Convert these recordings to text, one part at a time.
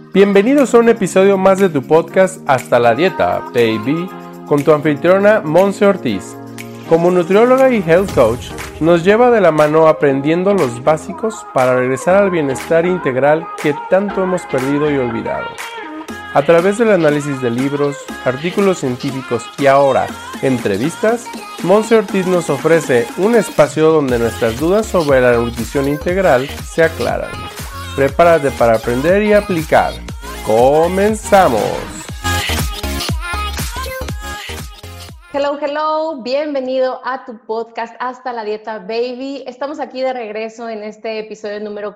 Bienvenidos a un episodio más de tu podcast Hasta la Dieta, baby, con tu anfitriona Monse Ortiz. Como nutrióloga y health coach, nos lleva de la mano aprendiendo los básicos para regresar al bienestar integral que tanto hemos perdido y olvidado. A través del análisis de libros, artículos científicos y ahora, entrevistas, Monse Ortiz nos ofrece un espacio donde nuestras dudas sobre la nutrición integral se aclaran. Prepárate para aprender y aplicar. ¡Comenzamos! Hello, bienvenido a tu podcast Hasta la Dieta, baby. Estamos aquí de regreso en este episodio número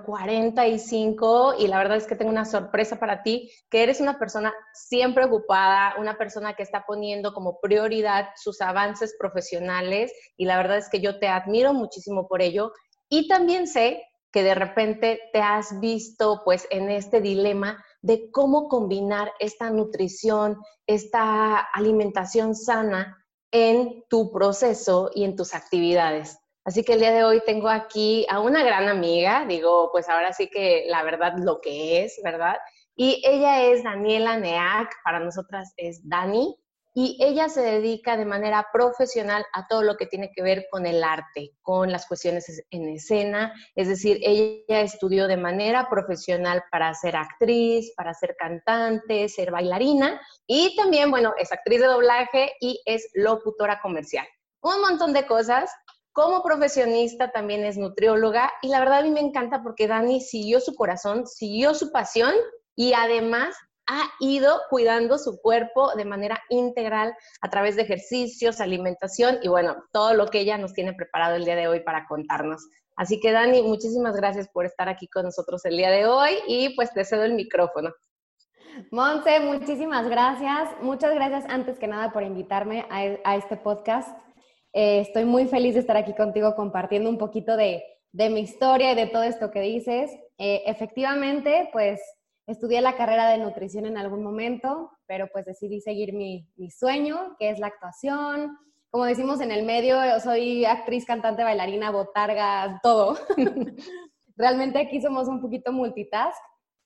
45 y la verdad es que tengo una sorpresa para ti, que eres una persona siempre ocupada, una persona que está poniendo como prioridad sus avances profesionales y la verdad es que yo te admiro muchísimo por ello y también sé que de repente te has visto pues en este dilema de cómo combinar esta nutrición, esta alimentación sana en tu proceso y en tus actividades. Así que el día de hoy tengo aquí a una gran amiga, digo, pues ahora sí que la verdad lo que es, ¿verdad? Y ella es Daniela Neak, para nosotras es Dani, y ella se dedica de manera profesional a todo lo que tiene que ver con el arte, con las cuestiones en escena, es decir, ella estudió de manera profesional para ser actriz, para ser cantante, ser bailarina, y también, bueno, es actriz de doblaje y es locutora comercial. Un montón de cosas. Como profesionista también es nutrióloga y la verdad a mí me encanta porque Dani siguió su corazón, siguió su pasión y además ha ido cuidando su cuerpo de manera integral a través de ejercicios, alimentación y bueno, todo lo que ella nos tiene preparado el día de hoy para contarnos. Así que Dani, muchísimas gracias por estar aquí con nosotros el día de hoy y pues te cedo el micrófono. Monse, muchísimas gracias. Muchas gracias antes que nada por invitarme a este podcast. Estoy muy feliz de estar aquí contigo compartiendo un poquito de mi historia y de todo esto que dices. Efectivamente, pues estudié la carrera de nutrición en algún momento, pero pues decidí seguir mi sueño, que es la actuación. Como decimos en el medio, soy actriz, cantante, bailarina, botarga, todo. Realmente aquí somos un poquito multitask.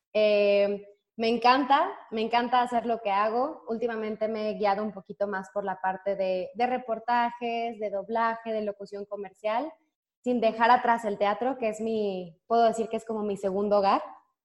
Me encanta hacer lo que hago. Últimamente me he guiado un poquito más por la parte de reportajes, de doblaje, de locución comercial, sin dejar atrás el teatro, que es puedo decir que es como mi segundo hogar.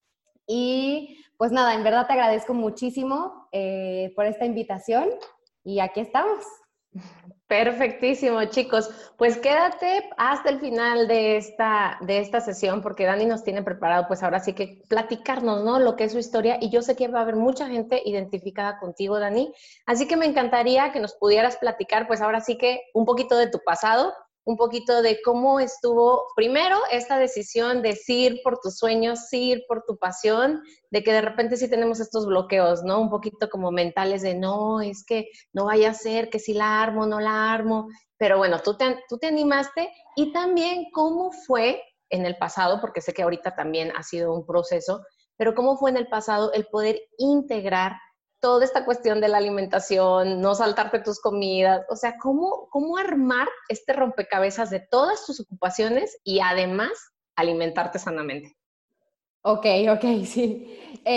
Y pues nada, en verdad te agradezco muchísimo por esta invitación y aquí estamos. Perfectísimo, chicos. Pues quédate hasta el final de esta sesión porque Dani nos tiene preparado, pues ahora sí que platicarnos, ¿no? Lo que es su historia y yo sé que va a haber mucha gente identificada contigo, Dani. Así que me encantaría que nos pudieras platicar, pues ahora sí que un poquito de tu pasado, un poquito de cómo estuvo primero esta decisión de sí ir por tus sueños, sí ir por tu pasión, de que de repente sí tenemos estos bloqueos, ¿no? Un poquito como mentales de no, es que no vaya a ser que si la armo, no la armo, pero bueno, tú te animaste y también cómo fue en el pasado, porque sé que ahorita también ha sido un proceso, pero cómo fue en el pasado el poder integrar toda esta cuestión de la alimentación, no saltarte tus comidas, o sea, cómo armar este rompecabezas de todas tus ocupaciones y además alimentarte sanamente. Ok, sí.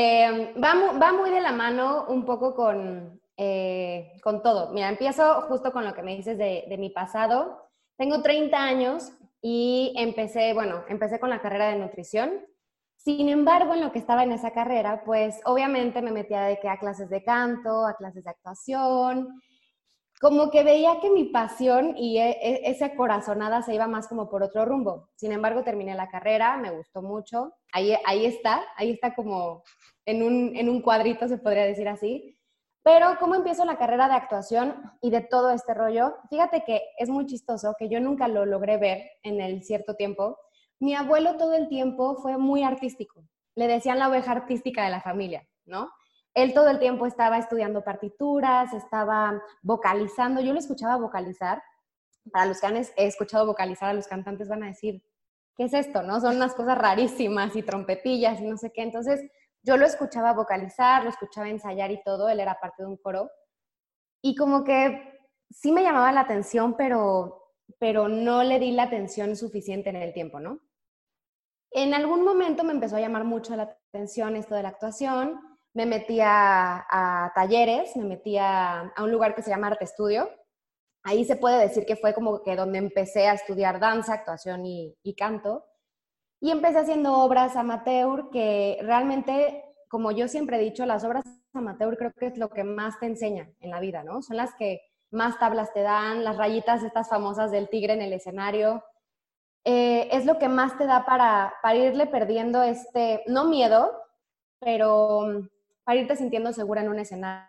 Va muy de la mano un poco con todo. Mira, empiezo justo con lo que me dices de mi pasado. Tengo 30 años y empecé con la carrera de nutrición. Sin embargo, en lo que estaba en esa carrera, pues obviamente me metía de que a clases de canto, a clases de actuación. Como que veía que mi pasión y esa corazonada se iba más como por otro rumbo. Sin embargo, terminé la carrera, me gustó mucho. Ahí está como en un cuadrito, se podría decir así. Pero ¿cómo empiezo la carrera de actuación y de todo este rollo? Fíjate que es muy chistoso, que yo nunca lo logré ver en el cierto tiempo. Mi abuelo todo el tiempo fue muy artístico. Le decían la oveja artística de la familia, ¿no? Él todo el tiempo estaba estudiando partituras, estaba vocalizando. Yo lo escuchaba vocalizar. Para los que han escuchado vocalizar a los cantantes van a decir, ¿qué es esto? ¿No? Son unas cosas rarísimas y trompetillas y no sé qué. Entonces yo lo escuchaba vocalizar, lo escuchaba ensayar y todo. Él era parte de un coro. Y como que sí me llamaba la atención, pero no le di la atención suficiente en el tiempo, ¿no? En algún momento me empezó a llamar mucho la atención esto de la actuación. me metí a talleres, me metí a un lugar que se llama Arte Estudio. Ahí se puede decir que fue como que donde empecé a estudiar danza, actuación y canto. Y empecé haciendo obras amateur que realmente, como yo siempre he dicho, las obras amateur creo que es lo que más te enseña en la vida, ¿no? Son las que más tablas te dan, las rayitas estas famosas del tigre en el escenario. Es lo que más te da para irle perdiendo no miedo, pero para irte sintiendo segura en un escenario.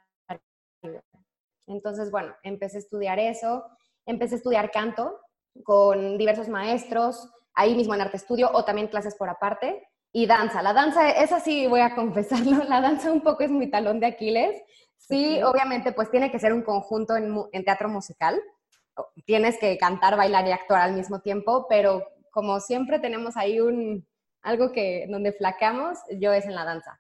Entonces, bueno, empecé a estudiar eso, empecé a estudiar canto con diversos maestros, ahí mismo en Arte Estudio, o también clases por aparte, y danza. La danza, esa sí voy a confesarlo, la danza un poco es mi talón de Aquiles. Sí, obviamente, pues tiene que ser un conjunto en teatro musical. Tienes que cantar, bailar y actuar al mismo tiempo, pero como siempre tenemos ahí algo donde flaqueamos, yo es en la danza.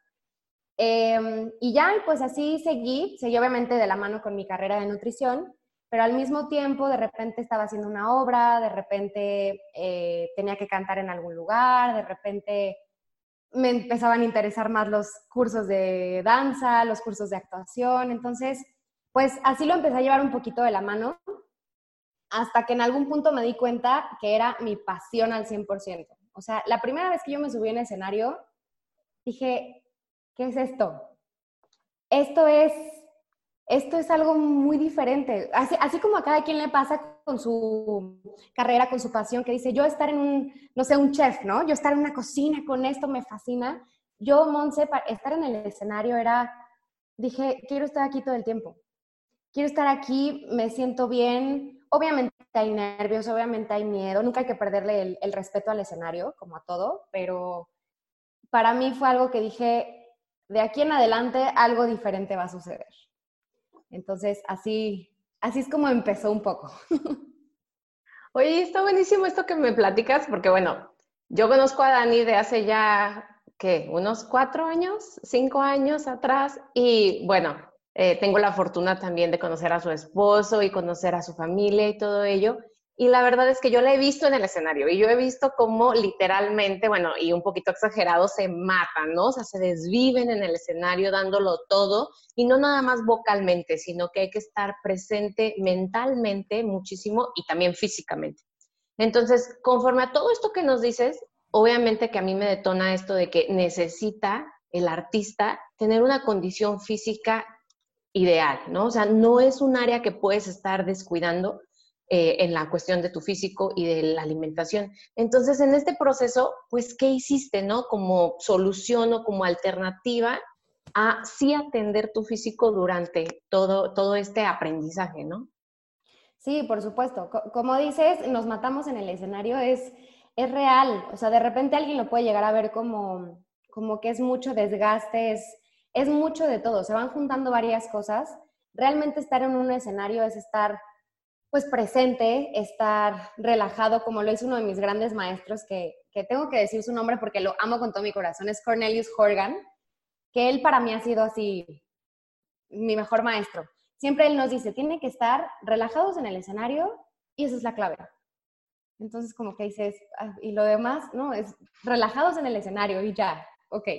Y ya, pues así seguí obviamente de la mano con mi carrera de nutrición, pero al mismo tiempo de repente estaba haciendo una obra, de repente tenía que cantar en algún lugar, de repente me empezaban a interesar más los cursos de danza, los cursos de actuación, entonces pues así lo empecé a llevar un poquito de la mano, hasta que en algún punto me di cuenta que era mi pasión al 100%. O sea, la primera vez que yo me subí en escenario, dije, ¿qué es esto? Esto es algo muy diferente. Así como a cada quien le pasa con su carrera, con su pasión, que dice, yo estar en no sé, un chef, ¿no? Yo estar en una cocina con esto me fascina. Yo, Monse, para estar en el escenario dije, quiero estar aquí todo el tiempo. Quiero estar aquí, me siento bien. Obviamente hay nervios, obviamente hay miedo. Nunca hay que perderle el respeto al escenario, como a todo, pero para mí fue algo que dije, de aquí en adelante algo diferente va a suceder. Entonces, así es como empezó un poco. Oye, está buenísimo esto que me platicas, porque bueno, yo conozco a Dani de hace ya, ¿qué? Unos 4 años, 5 años atrás, y bueno, tengo la fortuna también de conocer a su esposo y conocer a su familia y todo ello. Y la verdad es que yo la he visto en el escenario y yo he visto cómo literalmente, bueno, y un poquito exagerado, se matan, ¿no? O sea, se desviven en el escenario dándolo todo y no nada más vocalmente, sino que hay que estar presente mentalmente muchísimo y también físicamente. Entonces, conforme a todo esto que nos dices, obviamente que a mí me detona esto de que necesita el artista tener una condición física ideal, ¿no? O sea, no es un área que puedes estar descuidando en la cuestión de tu físico y de la alimentación. Entonces, en este proceso, pues, ¿qué hiciste, no? Como solución o como alternativa a sí atender tu físico durante todo este aprendizaje, ¿no? Sí, por supuesto. Como dices, nos matamos en el escenario, es real. O sea, de repente alguien lo puede llegar a ver como que es mucho desgaste, es mucho de todo. Se van juntando varias cosas. Realmente estar en un escenario es estar pues presente, estar relajado, como lo hizo uno de mis grandes maestros, que tengo que decir su nombre porque lo amo con todo mi corazón, es Cornelius Horgan, que él para mí ha sido así mi mejor maestro. Siempre él nos dice, tiene que estar relajados en el escenario y esa es la clave. Entonces como que dices, y lo demás, no, es relajados en el escenario y ya, ok.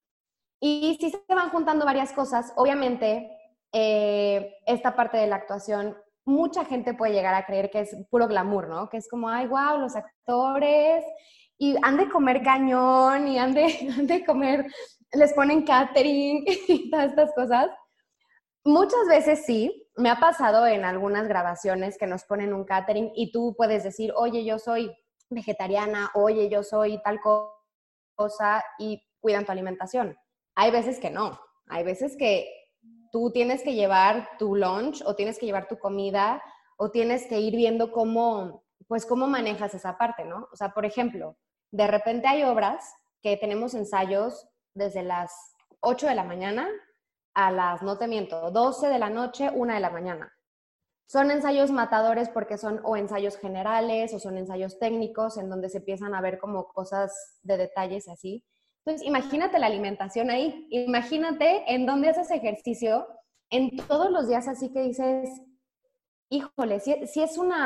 Y si se van juntando varias cosas, obviamente esta parte de la actuación, mucha gente puede llegar a creer que es puro glamour, ¿no? Que es como, ay, wow, los actores, y han de comer cañón, y han de comer, les ponen catering y todas estas cosas. Muchas veces sí, me ha pasado en algunas grabaciones que nos ponen un catering y tú puedes decir, oye, yo soy vegetariana, oye, yo soy tal cosa y cuidan tu alimentación. Hay veces que no, hay veces que tú tienes que llevar tu lunch o tienes que llevar tu comida o tienes que ir viendo pues cómo manejas esa parte, ¿no? O sea, por ejemplo, de repente hay obras que tenemos ensayos desde las 8 de la mañana a las, no te miento, 12 de la noche, 1 de la mañana. Son ensayos matadores porque son o ensayos generales o son ensayos técnicos en donde se empiezan a ver como cosas de detalles así. Entonces, imagínate la alimentación ahí. Imagínate en dónde haces ejercicio en todos los días así que dices, híjole,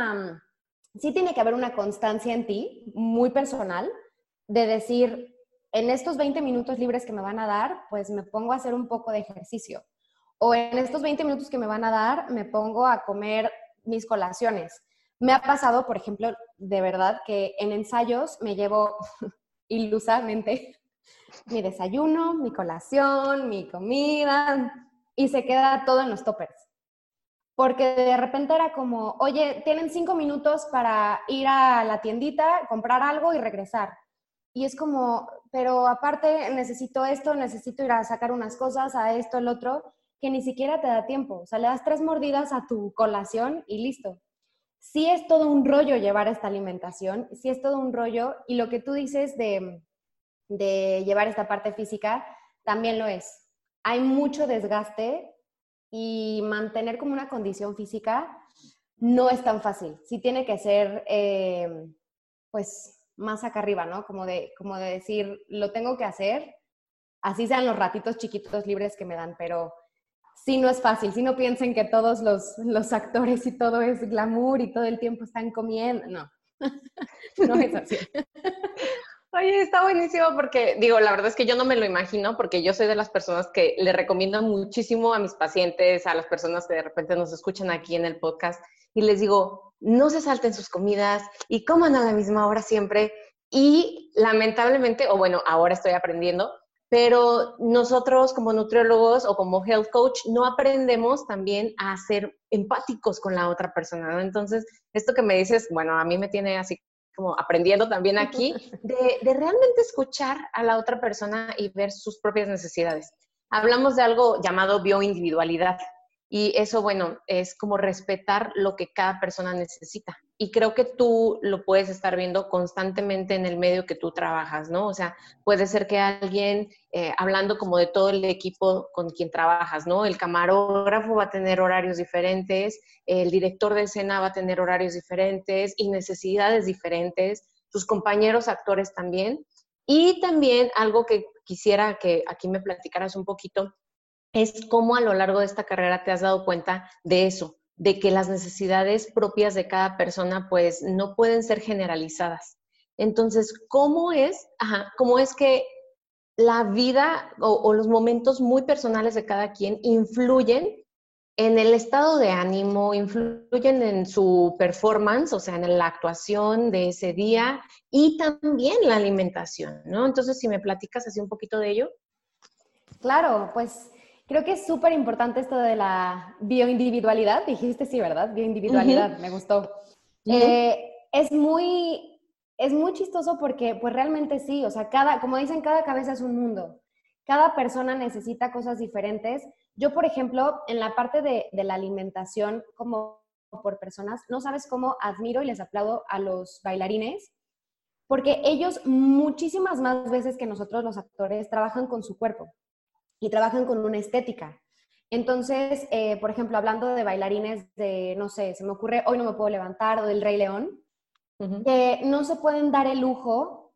sí tiene que haber una constancia en ti, muy personal, de decir, en estos 20 minutos libres que me van a dar, pues me pongo a hacer un poco de ejercicio. O en estos 20 minutos que me van a dar, me pongo a comer mis colaciones. Me ha pasado, por ejemplo, de verdad, que en ensayos me llevo ilusamente mi desayuno, mi colación, mi comida, y se queda todo en los toppers. Porque de repente era como, oye, tienen 5 minutos para ir a la tiendita, comprar algo y regresar. Y es como, pero aparte necesito esto, necesito ir a sacar unas cosas, a esto, el otro, que ni siquiera te da tiempo. O sea, le das 3 mordidas a tu colación y listo. Sí es todo un rollo llevar esta alimentación, sí es todo un rollo. Y lo que tú dices de llevar esta parte física, también lo es. Hay mucho desgaste y mantener como una condición física no es tan fácil. Sí tiene que ser, pues, más acá arriba, ¿no? Como de decir, lo tengo que hacer, así sean los ratitos chiquitos libres que me dan, pero sí no es fácil. Sí no piensen que todos los actores y todo es glamour y todo el tiempo están comiendo. No, no es así. Oye, está buenísimo porque, digo, la verdad es que yo no me lo imagino porque yo soy de las personas que le recomiendo muchísimo a mis pacientes, a las personas que de repente nos escuchan aquí en el podcast y les digo, no se salten sus comidas y coman a la misma hora siempre. Y lamentablemente, o bueno, ahora estoy aprendiendo, pero nosotros como nutriólogos o como health coach no aprendemos también a ser empáticos con la otra persona, ¿no? Entonces, esto que me dices, bueno, a mí me tiene así como aprendiendo también aquí, de realmente escuchar a la otra persona y ver sus propias necesidades. Hablamos de algo llamado bioindividualidad y eso, bueno, es como respetar lo que cada persona necesita. Y creo que tú lo puedes estar viendo constantemente en el medio que tú trabajas, ¿no? O sea, puede ser que alguien, hablando como de todo el equipo con quien trabajas, ¿no? El camarógrafo va a tener horarios diferentes, el director de escena va a tener horarios diferentes y necesidades diferentes, tus compañeros actores también. Y también algo que quisiera que aquí me platicaras un poquito es cómo a lo largo de esta carrera te has dado cuenta de eso, de que las necesidades propias de cada persona pues no pueden ser generalizadas. Entonces, cómo es que la vida o los momentos muy personales de cada quien influyen en el estado de ánimo, influyen en su performance, o sea, en la actuación de ese día y también la alimentación, ¿no? Entonces, si me platicas así un poquito de ello. Claro, pues creo que es súper importante esto de la bioindividualidad. Dijiste sí, ¿verdad? Bioindividualidad, me gustó. Es muy chistoso porque pues realmente sí, o sea, como dicen, cada cabeza es un mundo. Cada persona necesita cosas diferentes. Yo, por ejemplo, en la parte de la alimentación, como por personas, no sabes cómo admiro y les aplaudo a los bailarines, porque ellos muchísimas más veces que nosotros los actores trabajan con su cuerpo y trabajan con una estética. Entonces, por ejemplo, hablando de bailarines de, no sé, se me ocurre Hoy no me puedo levantar o del Rey León, que no se pueden dar el lujo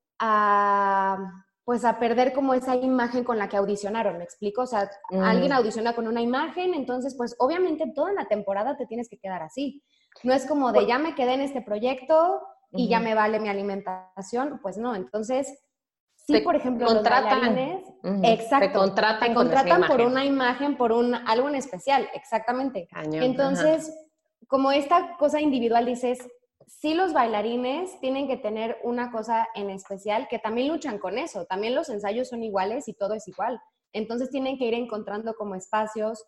pues a perder como esa imagen con la que audicionaron, ¿me explico? O sea, alguien audiciona con una imagen, entonces pues obviamente toda la temporada te tienes que quedar así. No es como de ya me quedé en este proyecto y ya me vale mi alimentación, pues no. Entonces, sí, por ejemplo, contratan, los bailarines, exacto, te contratan por una imagen, por algo en especial, exactamente. Cañón, entonces, como esta cosa individual dices, sí los bailarines tienen que tener una cosa en especial que también luchan con eso. También los ensayos son iguales y todo es igual. Entonces tienen que ir encontrando como espacios.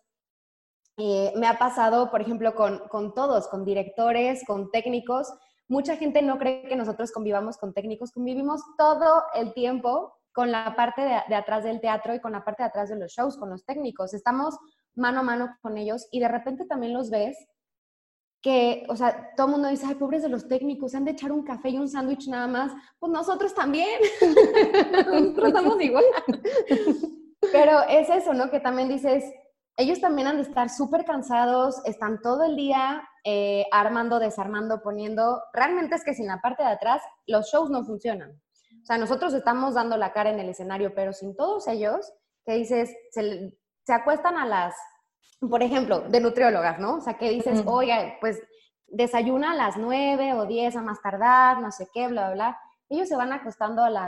Me ha pasado, por ejemplo, con todos, con directores, con técnicos. Mucha gente no cree que nosotros convivamos con técnicos. Convivimos todo el tiempo con la parte de atrás del teatro y con la parte de atrás de los shows, con los técnicos. Estamos mano a mano con ellos y de repente también los ves que, o sea, todo el mundo dice, ay, pobres de los técnicos, han de echar un café y un sándwich nada más. Pues nosotros también. Nosotros estamos igual. Pero es eso, ¿no? Que también dices, ellos también han de estar súper cansados, están todo el día armando, desarmando, poniendo. Realmente es que sin la parte de atrás, los shows no funcionan. O sea, nosotros estamos dando la cara en el escenario, pero sin todos ellos, que dices, se acuestan a las, por ejemplo, de nutriólogas, ¿no? O sea, que dices, oiga, pues desayuna a las 9 o 10 a más tardar, no sé qué, bla, bla, bla. Ellos se van acostando a las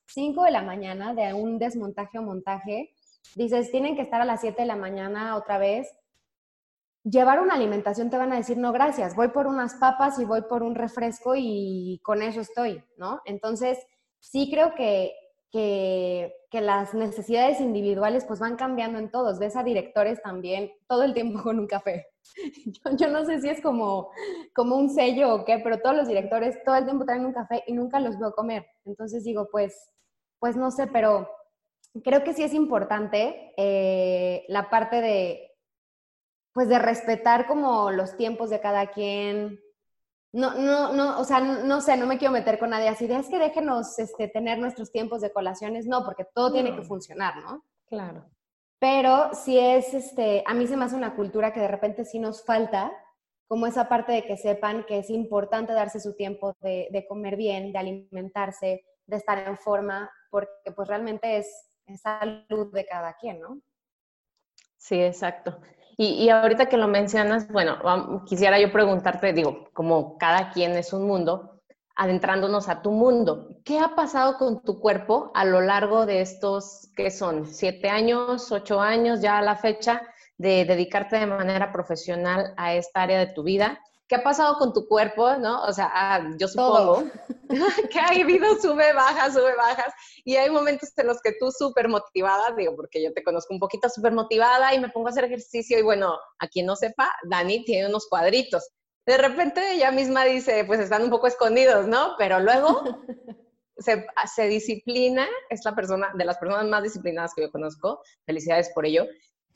5 de la mañana de un desmontaje o montaje, dices, tienen que estar a las 7 de la mañana otra vez, llevar una alimentación te van a decir, no, gracias, voy por unas papas y voy por un refresco y con eso estoy, ¿no? Entonces, sí creo que las necesidades individuales pues van cambiando en todos. Ves a directores también todo el tiempo con un café. Yo no sé si es como un sello o qué, pero todos los directores todo el tiempo traen un café y nunca los veo comer. Entonces digo, pues no sé, pero creo que sí es importante la parte pues de respetar como los tiempos de cada quien. No, o sea, no sé, no me quiero meter con nadie así de, es que déjenos tener nuestros tiempos de colaciones, no, porque todo tiene que funcionar, ¿no? Claro. Pero sí a mí se me hace una cultura que de repente sí nos falta, como esa parte de que sepan que es importante darse su tiempo de comer bien, de alimentarse, de estar en forma, porque pues realmente es salud de cada quien, ¿no? Sí, exacto. Y ahorita que lo mencionas, bueno, quisiera yo preguntarte, digo, como cada quien es un mundo, adentrándonos a tu mundo, ¿qué ha pasado con tu cuerpo a lo largo de estos, qué son, 7 años, 8 años ya a la fecha de dedicarte de manera profesional a esta área de tu vida? ¿Qué ha pasado con tu cuerpo, no? O sea, yo Todo. supongo que ha habido sube, bajas, y hay momentos en los que tú súper motivada, digo, porque yo te conozco un poquito súper motivada y me pongo a hacer ejercicio y bueno, a quien no sepa, Dani tiene unos cuadritos. De repente ella misma dice, pues están un poco escondidos, ¿no? Pero luego se disciplina, es la persona, de las personas más disciplinadas que yo conozco, felicidades por ello.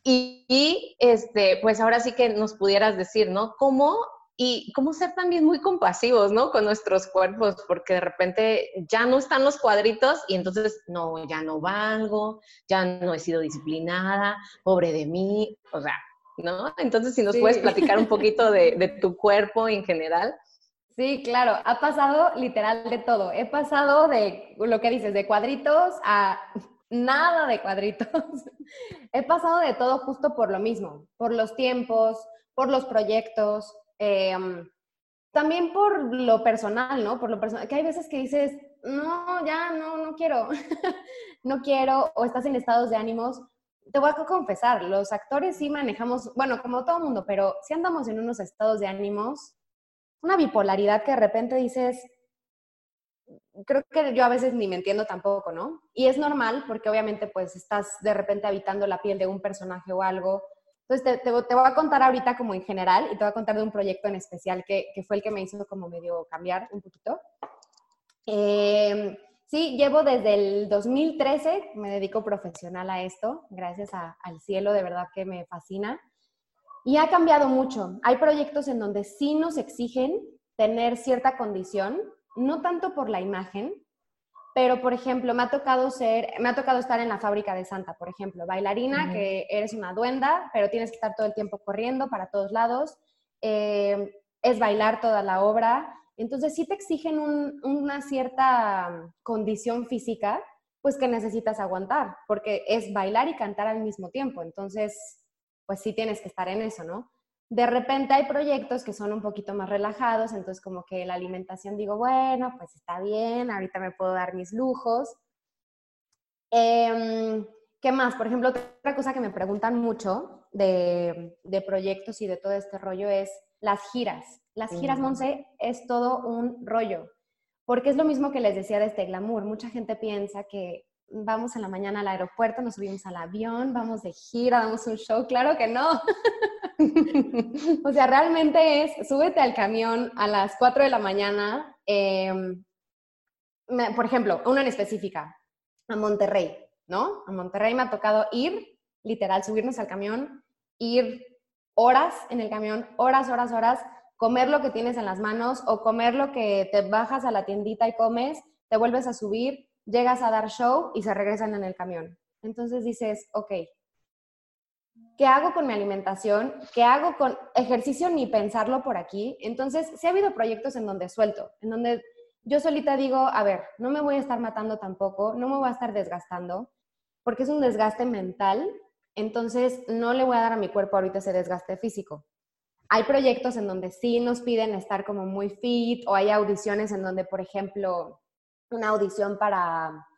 Pues ahora sí que nos pudieras decir, ¿no? ¿Cómo ser también muy compasivos, ¿no? Con nuestros cuerpos, porque de repente ya no están los cuadritos y entonces, no, ya no valgo, ya no he sido disciplinada, pobre de mí, o sea, ¿no? Entonces, si nos puedes Sí. platicar un poquito de tu cuerpo en general. Sí, claro, ha pasado literal de todo. He pasado de lo que dices, de cuadritos a nada de cuadritos. He pasado de todo justo por lo mismo, por los tiempos, por los proyectos, también por lo personal, ¿no? Por lo personal, que hay veces que dices, no, ya, no quiero, no quiero, o estás en estados de ánimos. Te voy a confesar, los actores sí manejamos, bueno, como todo mundo, pero sí andamos en unos estados de ánimos, una bipolaridad que de repente dices, creo que yo a veces ni me entiendo tampoco, ¿no? Y es normal porque obviamente pues estás de repente habitando la piel de un personaje o algo. Entonces te voy a contar ahorita como en general y te voy a contar de un proyecto en especial que fue el que me hizo como medio cambiar un poquito. Sí, llevo desde el 2013, me dedico profesional a esto, gracias al cielo, de verdad que me fascina. Y ha cambiado mucho. Hay proyectos en donde sí nos exigen tener cierta condición, no tanto por la imagen, pero por ejemplo, me ha tocado estar en la fábrica de Santa, por ejemplo, bailarina, que eres una duenda, pero tienes que estar todo el tiempo corriendo para todos lados, es bailar toda la obra, entonces sí te exigen una cierta condición física, pues que necesitas aguantar, porque es bailar y cantar al mismo tiempo, entonces pues sí tienes que estar en eso, ¿no? De repente hay proyectos que son un poquito más relajados, entonces como que la alimentación digo, bueno, pues está bien, ahorita me puedo dar mis lujos. ¿Qué más? Por ejemplo, otra cosa que me preguntan mucho de proyectos y de todo este rollo es las giras. Las giras, Monse, es todo un rollo, porque es lo mismo que les decía de este glamour. Mucha gente piensa que vamos en la mañana al aeropuerto, nos subimos al avión, vamos de gira, damos un show. Claro que no. O sea, realmente es, súbete al camión a las 4 de la mañana, por ejemplo, una en específica, a Monterrey, ¿no? A Monterrey me ha tocado ir, literal, subirnos al camión, ir horas en el camión, horas, comer lo que tienes en las manos o comer lo que te bajas a la tiendita y comes, te vuelves a subir, llegas a dar show y se regresan en el camión. Entonces dices, ok, ¿qué hago con mi alimentación? ¿Qué hago con ejercicio? Ni pensarlo por aquí. Entonces, sí ha habido proyectos en donde suelto, en donde yo solita digo, a ver, no me voy a estar matando tampoco, no me voy a estar desgastando, porque es un desgaste mental, entonces no le voy a dar a mi cuerpo ahorita ese desgaste físico. Hay proyectos en donde sí nos piden estar como muy fit, o hay audiciones en donde, por ejemplo, una audición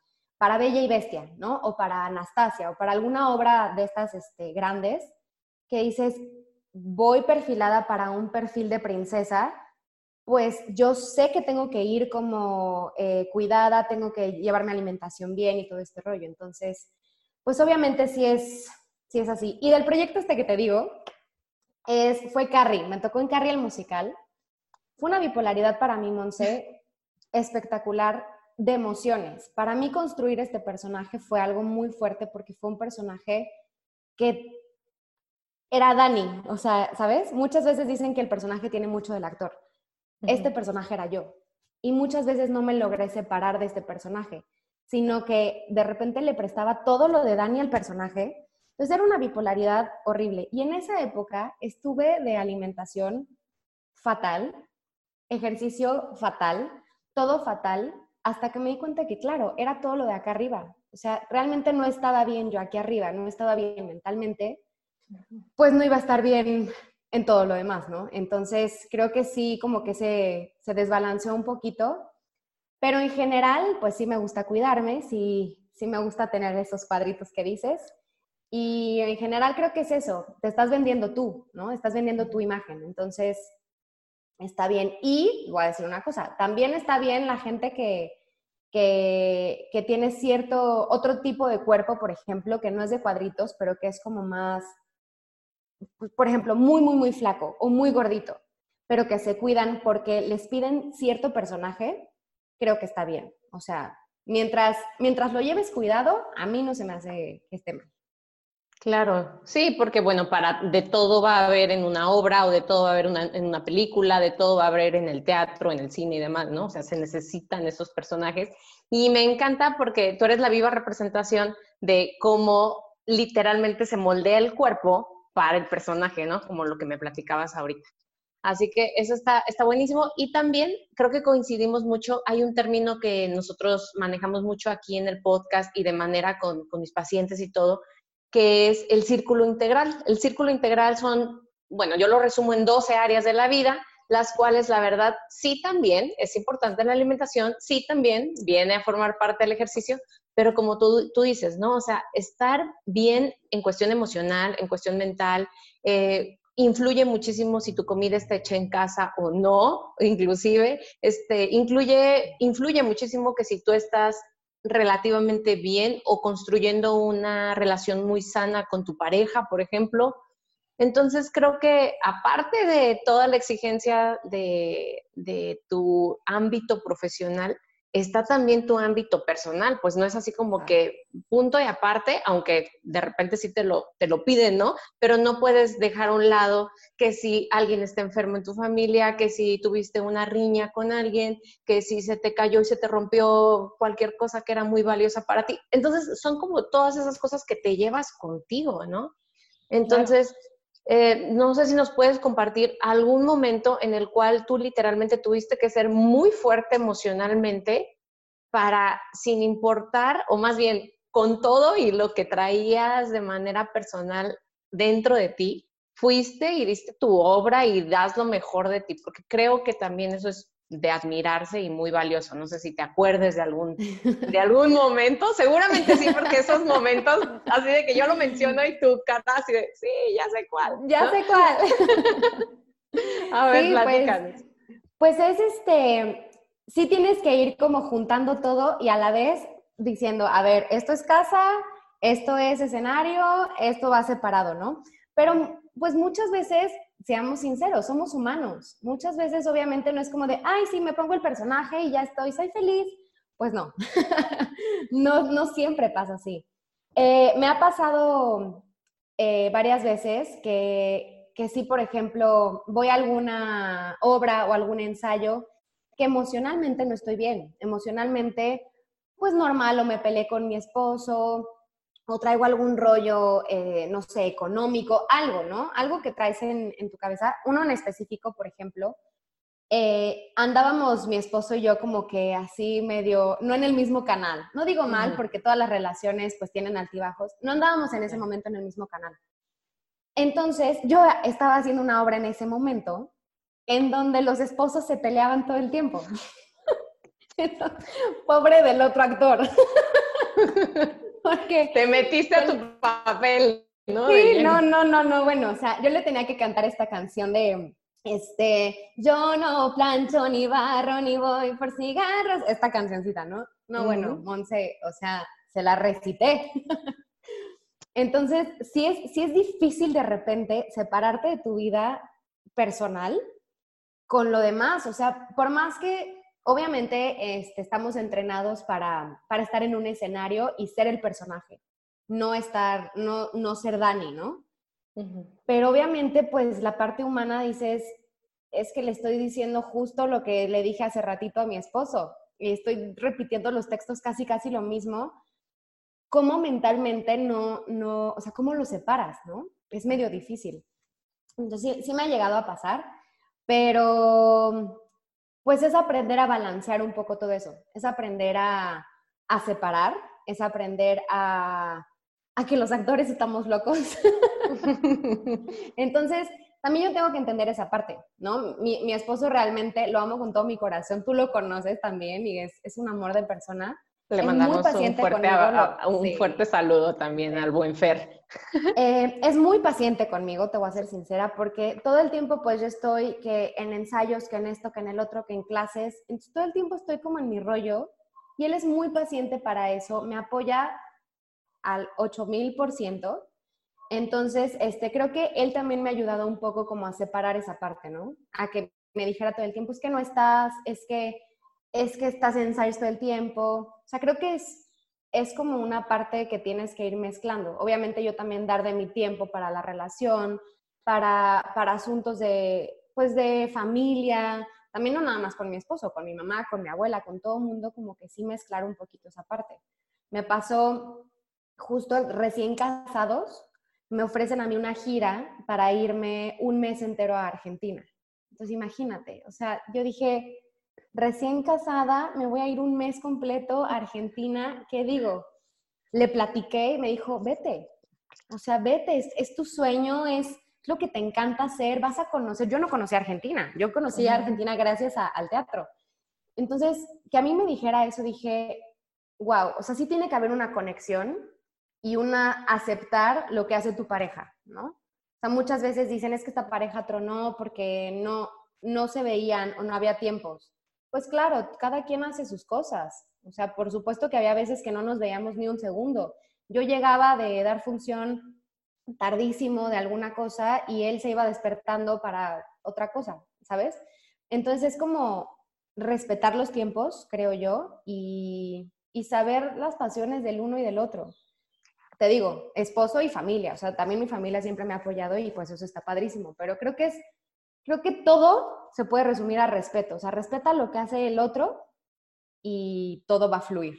para Bella y Bestia, ¿no? O para Anastasia, o para alguna obra de estas grandes, que dices, voy perfilada para un perfil de princesa, pues yo sé que tengo que ir como cuidada, tengo que llevar mi alimentación bien y todo este rollo. Entonces, pues obviamente sí es así. Y del proyecto que te digo, fue Carrie, me tocó en Carrie el musical. Fue una bipolaridad para mí, Monse, espectacular de emociones. Para mí construir este personaje fue algo muy fuerte porque fue un personaje que era Dani, o sea, ¿sabes? Muchas veces dicen que el personaje tiene mucho del actor. Este personaje era yo. Y muchas veces no me logré separar de este personaje, sino que de repente le prestaba todo lo de Dani al personaje. Entonces era una bipolaridad horrible. Y en esa época estuve de alimentación fatal, ejercicio fatal, todo fatal, hasta que me di cuenta que, claro, era todo lo de acá arriba. O sea, realmente no estaba bien yo aquí arriba, no estaba bien mentalmente, pues no iba a estar bien en todo lo demás, ¿no? Entonces, creo que sí, como que se desbalanceó un poquito, pero en general, pues sí me gusta cuidarme, sí me gusta tener esos cuadritos que dices, y en general creo que es eso, te estás vendiendo tú, ¿no? Estás vendiendo tu imagen, entonces está bien. Y voy a decir una cosa, también está bien la gente que tiene cierto, otro tipo de cuerpo, por ejemplo, que no es de cuadritos, pero que es como más, por ejemplo, muy, muy, muy flaco o muy gordito, pero que se cuidan porque les piden cierto personaje, creo que está bien. O sea, mientras lo lleves cuidado, a mí no se me hace que esté mal. Claro, sí, porque bueno, de todo va a haber en una obra o de todo va a haber en una película, de todo va a haber en el teatro, en el cine y demás, ¿no? O sea, se necesitan esos personajes. Y me encanta porque tú eres la viva representación de cómo literalmente se moldea el cuerpo para el personaje, ¿no? Como lo que me platicabas ahorita. Así que eso está buenísimo. Y también creo que coincidimos mucho. Hay un término que nosotros manejamos mucho aquí en el podcast y de manera con mis pacientes y todo, que es el círculo integral. El círculo integral bueno, yo lo resumo en 12 áreas de la vida, las cuales la verdad sí también es importante la alimentación, sí también viene a formar parte del ejercicio, pero como tú dices, ¿no? O sea, estar bien en cuestión emocional, en cuestión mental, influye muchísimo si tu comida está hecha en casa o no, inclusive, influye muchísimo que si tú estás relativamente bien o construyendo una relación muy sana con tu pareja, por ejemplo. Entonces creo que aparte de toda la exigencia de tu ámbito profesional, está también tu ámbito personal, pues no es así como que punto y aparte, aunque de repente sí te lo piden, ¿no? Pero no puedes dejar a un lado que si alguien está enfermo en tu familia, que si tuviste una riña con alguien, que si se te cayó y se te rompió cualquier cosa que era muy valiosa para ti. Entonces son como todas esas cosas que te llevas contigo, ¿no? Entonces... Claro. No sé si nos puedes compartir algún momento en el cual tú literalmente tuviste que ser muy fuerte emocionalmente para, sin importar, o más bien con todo y lo que traías de manera personal dentro de ti, fuiste y diste tu obra y das lo mejor de ti, porque creo que también eso es de admirarse y muy valioso. No sé si te acuerdes de algún momento, seguramente sí, porque esos momentos, así de que yo lo menciono y tú, Cata, así de, sí, ya sé cuál. Ya sé cuál. A ver, sí, platícanos. Pues es sí tienes que ir como juntando todo y a la vez diciendo, a ver, esto es casa, esto es escenario, esto va separado, ¿no? Pero pues muchas veces, seamos sinceros, somos humanos. Muchas veces obviamente no es como de, ay, sí, me pongo el personaje y ya estoy, soy feliz. Pues no, no siempre pasa así. Me ha pasado varias veces que sí, por ejemplo, voy a alguna obra o algún ensayo que emocionalmente no estoy bien. Emocionalmente, pues normal, o me peleé con mi esposo, o traigo algún rollo, no sé, económico, algo, ¿no? Algo que traes en tu cabeza. Uno en específico, por ejemplo, andábamos mi esposo y yo como que así medio, no en el mismo canal. No digo mal porque todas las relaciones pues tienen altibajos. No andábamos en ese momento en el mismo canal. Entonces yo estaba haciendo una obra en ese momento en donde los esposos se peleaban todo el tiempo. Pobre del otro actor. Porque Te metiste a tu papel, ¿no? sí, no, bueno, o sea, yo le tenía que cantar esta canción de, yo no plancho ni barro ni voy por cigarros, esta cancioncita, ¿no? No, bueno, Monse, o sea, se la recité. Entonces, sí es difícil de repente separarte de tu vida personal con lo demás, o sea, por más que obviamente estamos entrenados para estar en un escenario y ser el personaje, no ser Dani, ¿no? Pero obviamente, pues la parte humana dices, es que le estoy diciendo justo lo que le dije hace ratito a mi esposo y estoy repitiendo los textos casi lo mismo. ¿Cómo mentalmente o sea, cómo lo separas, no? Es medio difícil. Entonces, sí me ha llegado a pasar, pero pues es aprender a balancear un poco todo eso, es aprender a separar, es aprender a que los actores estamos locos. Entonces, también yo tengo que entender esa parte, ¿no? Mi esposo realmente lo amo con todo mi corazón, tú lo conoces también y es un amor de persona. Le Es muy mandamos paciente conmigo. un fuerte saludo también al buen Fer. Es muy paciente conmigo, te voy a ser sincera, porque todo el tiempo pues yo estoy que en ensayos, que en esto, que en el otro, que en clases, entonces todo el tiempo estoy como en mi rollo y él es muy paciente para eso, me apoya al 8000%. Entonces, creo que él también me ha ayudado un poco como a separar esa parte, ¿no? A que me dijera todo el tiempo, es que no estás, es que estás en ensayos todo el tiempo. O sea, creo que es como una parte que tienes que ir mezclando. Obviamente yo también dar de mi tiempo para la relación, para asuntos pues de familia, también no nada más con mi esposo, con mi mamá, con mi abuela, con todo el mundo, como que sí mezclar un poquito esa parte. Me pasó justo recién casados, me ofrecen a mí una gira para irme un mes entero a Argentina. Entonces imagínate, o sea, yo dije, recién casada, me voy a ir un mes completo a Argentina, ¿qué digo? Le platiqué y me dijo, vete, o sea, vete, es tu sueño, es lo que te encanta hacer, vas a conocer, yo no conocí a Argentina, yo conocí a Argentina gracias al teatro. Entonces, que a mí me dijera eso, dije, wow, o sea, sí tiene que haber una conexión y aceptar lo que hace tu pareja, ¿no? O sea, muchas veces dicen, es que esta pareja tronó porque no se veían o no había tiempos. Pues claro, cada quien hace sus cosas. O sea, por supuesto que había veces que no nos veíamos ni un segundo. Yo llegaba de dar función tardísimo de alguna cosa y él se iba despertando para otra cosa, ¿sabes? Entonces es como respetar los tiempos, creo yo, y saber las pasiones del uno y del otro. Te digo, esposo y familia, o sea, también mi familia siempre me ha apoyado y pues eso está padrísimo, pero creo que todo se puede resumir a respeto, o sea, respeta lo que hace el otro y todo va a fluir.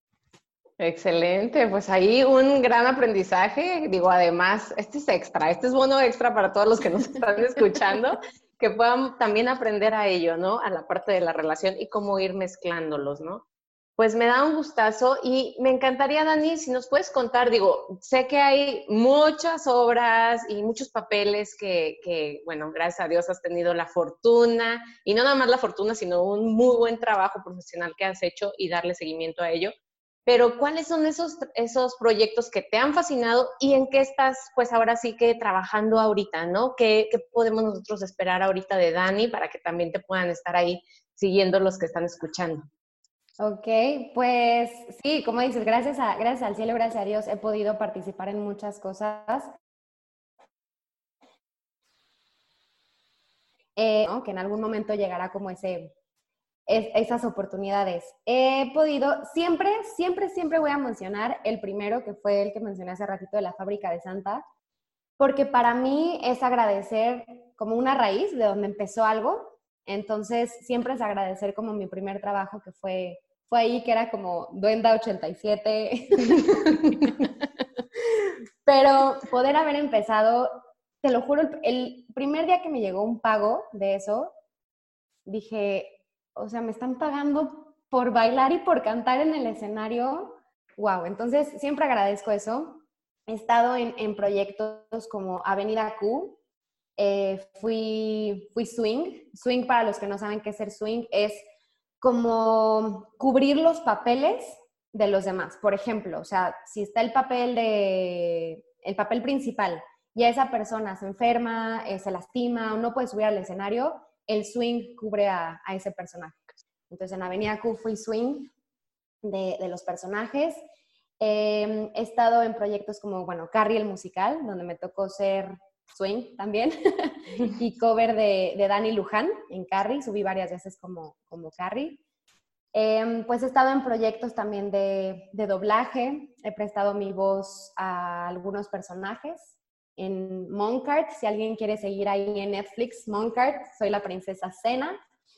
Excelente, pues ahí un gran aprendizaje. Digo, además, este es extra, este es bono extra para todos los que nos están escuchando, que puedan también aprender a ello, ¿no? A la parte de la relación y cómo ir mezclándolos, ¿no? Pues me da un gustazo y me encantaría, Dani, si nos puedes contar, digo, sé que hay muchas obras y muchos papeles bueno, gracias a Dios has tenido la fortuna, y no nada más la fortuna, sino un muy buen trabajo profesional que has hecho y darle seguimiento a ello. Pero ¿cuáles son esos proyectos que te han fascinado y en qué estás, pues ahora sí que trabajando ahorita, ¿no? ¿Qué podemos nosotros esperar ahorita de Dani para que también te puedan estar ahí siguiendo los que están escuchando? Ok, pues sí, como dices, gracias al cielo, gracias a Dios, he podido participar en muchas cosas. ¿No? Que en algún momento llegará como esas oportunidades. He podido, siempre voy a mencionar el primero, que fue el que mencioné hace ratito de la Fábrica de Santa, porque para mí es agradecer como una raíz de donde empezó algo. Entonces, siempre es agradecer como mi primer trabajo, que fue ahí, que era como Duenda 87. Pero poder haber empezado, te lo juro, el primer día que me llegó un pago de eso, dije, o sea, me están pagando por bailar y por cantar en el escenario. Wow, entonces siempre agradezco eso. He estado en proyectos como Avenida Q, fui swing. Swing, para los que no saben qué es ser swing, es como cubrir los papeles de los demás. Por ejemplo, o sea, si está el papel principal y esa persona se enferma, se lastima o no puede subir al escenario, el swing cubre a ese personaje. Entonces, en Avenida Q fui swing de los personajes. He estado en proyectos como, bueno, Carrie el musical, donde me tocó ser swing también, y cover de Dani Luján en Carrie, subí varias veces como Carrie. Pues he estado en proyectos también de doblaje, he prestado mi voz a algunos personajes. En Moncart, si alguien quiere seguir ahí en Netflix, Moncart, soy la princesa Cena.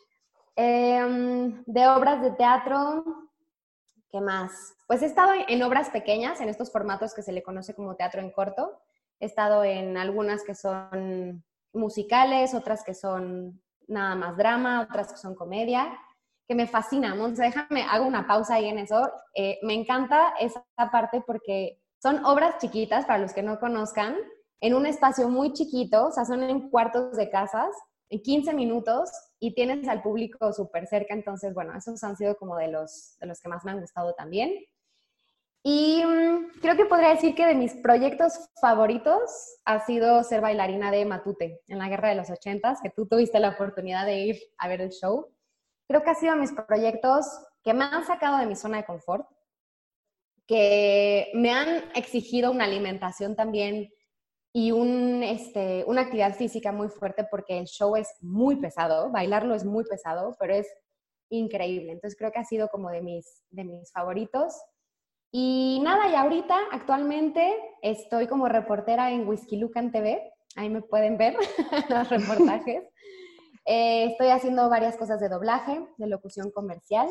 De obras de teatro, ¿qué más? Pues he estado en obras pequeñas, en estos formatos que se le conoce como teatro en corto. He estado en algunas que son musicales, otras que son nada más drama, otras que son comedia, que me fascina. Monse, déjame, hago una pausa ahí en eso. Me encanta esa parte porque son obras chiquitas, para los que no conozcan, en un espacio muy chiquito, o sea, son en cuartos de casas, en 15 minutos, y tienes al público súper cerca. Entonces, bueno, esos han sido como de los que más me han gustado también. Y creo que podría decir que de mis proyectos favoritos ha sido ser bailarina de Matute en la Guerra de los 80s, que tú tuviste la oportunidad de ir a ver el show. Creo que ha sido mis proyectos que me han sacado de mi zona de confort, que me han exigido una alimentación también y una actividad física muy fuerte, porque el show es muy pesado, bailarlo es muy pesado, pero es increíble. Entonces creo que ha sido como de mis favoritos. Y nada, y ahorita actualmente estoy como reportera en Whisky Lucan TV, ahí me pueden ver los reportajes. Estoy haciendo varias cosas de doblaje, de locución comercial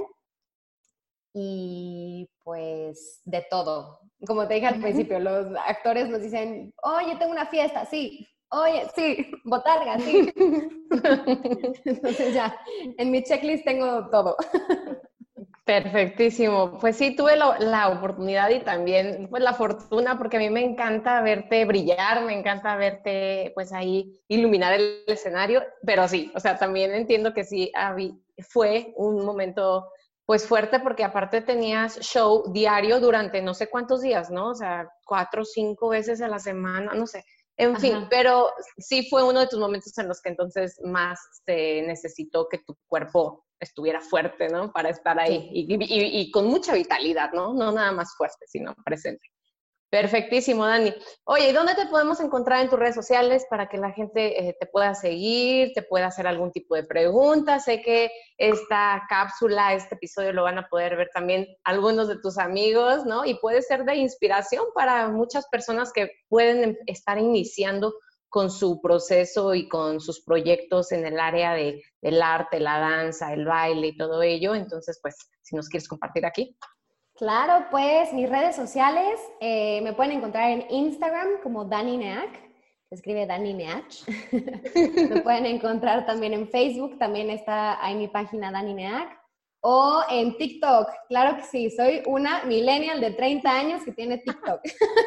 y pues de todo. Como te dije al principio, los actores nos dicen, oye, tengo una fiesta, sí, oye, sí, botarga, sí. Entonces ya, en mi checklist tengo todo. Perfectísimo. Pues sí, tuve la oportunidad y también pues la fortuna, porque a mí me encanta verte brillar, me encanta verte pues ahí iluminar el escenario, pero sí, o sea, también entiendo que sí fue un momento pues fuerte, porque aparte tenías show diario durante no sé cuántos días, ¿no? O sea, 4 o 5 veces a la semana, no sé. En fin, Ajá. pero sí fue uno de tus momentos en los que entonces más se necesitó que tu cuerpo estuviera fuerte, ¿no? Para estar ahí Sí. y con mucha vitalidad, ¿no? No nada más fuerte, sino presente. Perfectísimo, Dani. Oye, ¿y dónde te podemos encontrar en tus redes sociales para que la gente te pueda seguir, te pueda hacer algún tipo de pregunta? Sé que esta cápsula, este episodio lo van a poder ver también algunos de tus amigos, ¿no? Y puede ser de inspiración para muchas personas que pueden estar iniciando con su proceso y con sus proyectos en el área del arte, la danza, el baile y todo ello. Entonces, pues, si nos quieres compartir aquí. Claro, pues mis redes sociales me pueden encontrar en Instagram como Dani Neach, se escribe Dani Neach. Me pueden encontrar también en Facebook, también está ahí mi página Dani Neach. O en TikTok, claro que sí, soy una millennial de 30 años que tiene TikTok.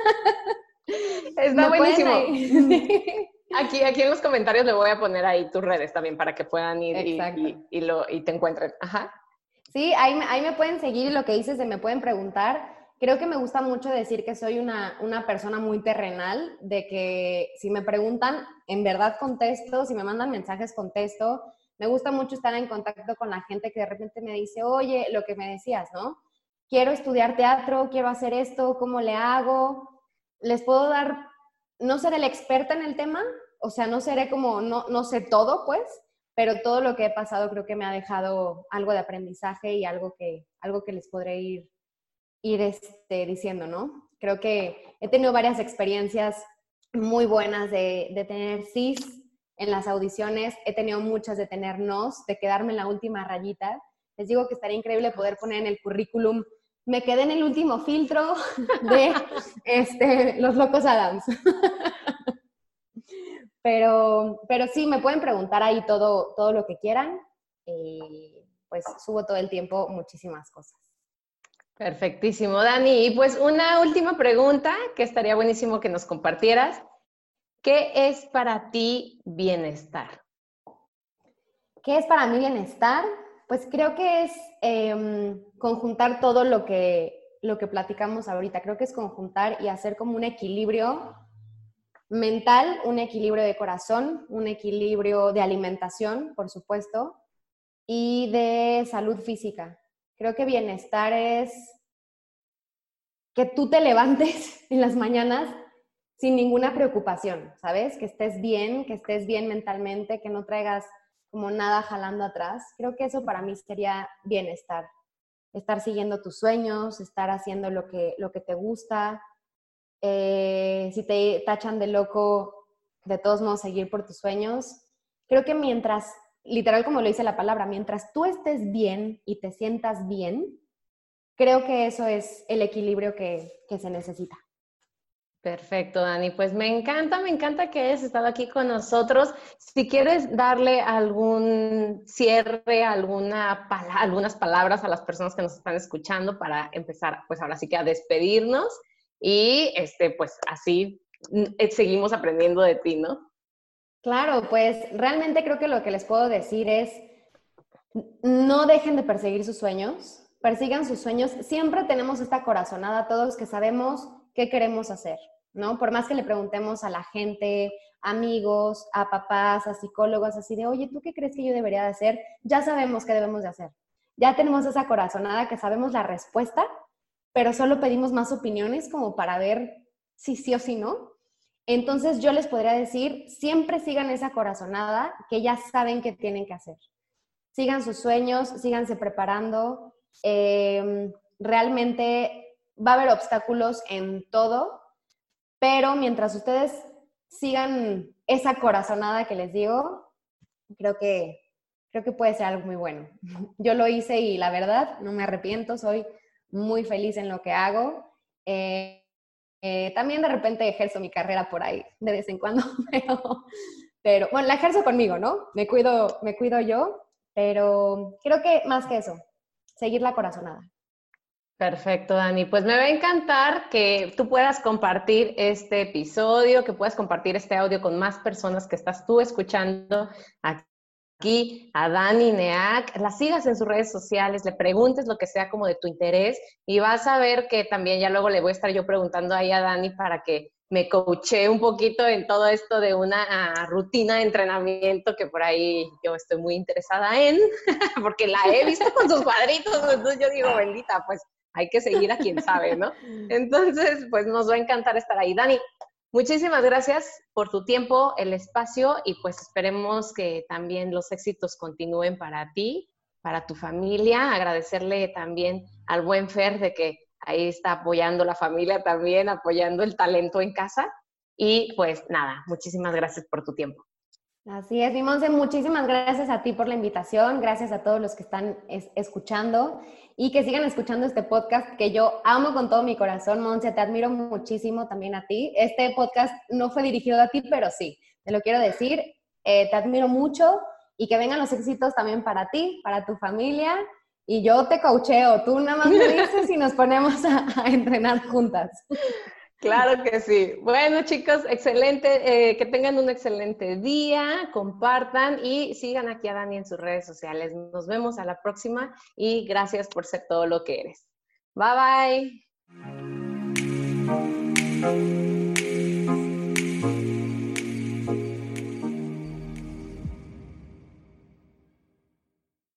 Está Me pueden buenísimo. ahí. Aquí en los comentarios le voy a poner ahí tus redes también para que puedan ir Exacto. y te encuentren. Ajá. Sí, ahí me pueden seguir, y lo que dices de me pueden preguntar. Creo que me gusta mucho decir que soy una persona muy terrenal, de que si me preguntan, en verdad contesto, si me mandan mensajes, contesto. Me gusta mucho estar en contacto con la gente que de repente me dice, oye, lo que me decías, ¿no? Quiero estudiar teatro, quiero hacer esto, ¿cómo le hago? Les puedo dar, no seré la experta en el tema, o sea, no seré como, no sé todo, pues, pero todo lo que he pasado creo que me ha dejado algo de aprendizaje y algo que les podré ir diciendo, ¿no? Creo que he tenido varias experiencias muy buenas de tener sís en las audiciones, he tenido muchas de tener nos, de quedarme en la última rayita. Les digo que estaría increíble poder poner en el currículum, me quedé en el último filtro de Los Locos Adams. Pero sí, me pueden preguntar ahí todo lo que quieran. Pues subo todo el tiempo muchísimas cosas. Perfectísimo, Dani. Y pues una última pregunta que estaría buenísimo que nos compartieras. ¿Qué es para ti bienestar? ¿Qué es para mí bienestar? Pues creo que es conjuntar todo lo que lo que platicamos ahorita. Creo que es conjuntar y hacer como un equilibrio mental, un equilibrio de corazón, un equilibrio de alimentación, por supuesto, y de salud física. Creo que bienestar es que tú te levantes en las mañanas sin ninguna preocupación, ¿sabes? Que estés bien mentalmente, que no traigas como nada jalando atrás. Creo que eso para mí sería bienestar. Estar siguiendo tus sueños, estar haciendo lo que te gusta. Si te tachan de loco, de todos modos seguir por tus sueños. Creo que mientras, literal como lo dice la palabra, mientras tú estés bien y te sientas bien, creo que eso es el equilibrio que se necesita. Perfecto, Dani. Pues me encanta que hayas estado aquí con nosotros. Si quieres darle algún cierre, algunas palabras a las personas que nos están escuchando para empezar, pues ahora sí que a despedirnos y pues así seguimos aprendiendo de ti, ¿no? Claro, pues realmente creo que lo que les puedo decir es, no dejen de perseguir sus sueños, persigan sus sueños. Siempre tenemos esta corazonada todos que sabemos qué queremos hacer, ¿no? Por más que le preguntemos a la gente, amigos, a papás, a psicólogos, así de, oye, ¿tú qué crees que yo debería de hacer? Ya sabemos qué debemos de hacer. Ya tenemos esa corazonada que sabemos la respuesta, pero solo pedimos más opiniones como para ver si sí o si no. Entonces yo les podría decir, siempre sigan esa corazonada que ya saben que tienen que hacer. Sigan sus sueños, síganse preparando. Realmente va a haber obstáculos en todo, pero mientras ustedes sigan esa corazonada que les digo, creo que puede ser algo muy bueno. Yo lo hice y la verdad, no me arrepiento, soy muy feliz en lo que hago. También de repente ejerzo mi carrera por ahí de vez en cuando, pero bueno, la ejerzo conmigo, ¿no? Me cuido yo, pero creo que más que eso, seguir la corazonada. Perfecto, Dani. Pues me va a encantar que tú puedas compartir este episodio, que puedas compartir este audio con más personas que estás tú escuchando aquí a Dani Neak, la sigas en sus redes sociales, le preguntes lo que sea como de tu interés y vas a ver que también ya luego le voy a estar yo preguntando ahí a Dani para que me coachee un poquito en todo esto de una rutina de entrenamiento que por ahí yo estoy muy interesada en, porque la he visto con sus cuadritos, entonces yo digo, bendita, pues hay que seguir a quien sabe, ¿no? Entonces, pues nos va a encantar estar ahí. Dani, muchísimas gracias por tu tiempo, el espacio y pues esperemos que también los éxitos continúen para ti, para tu familia. Agradecerle también al buen Fer de que ahí está apoyando la familia también, apoyando el talento en casa. Y pues nada, muchísimas gracias por tu tiempo. Así es, mi Monse, muchísimas gracias a ti por la invitación, gracias a todos los que están escuchando y que sigan escuchando este podcast que yo amo con todo mi corazón. Monse, te admiro muchísimo también a ti. Este podcast no fue dirigido a ti, pero sí, te lo quiero decir, te admiro mucho y que vengan los éxitos también para ti, para tu familia y yo te coacheo, tú nada más me dices y nos ponemos a entrenar juntas. Claro que sí. Bueno, chicos, excelente, que tengan un excelente día, compartan y sigan aquí a Dani en sus redes sociales. Nos vemos a la próxima y gracias por ser todo lo que eres. Bye, bye.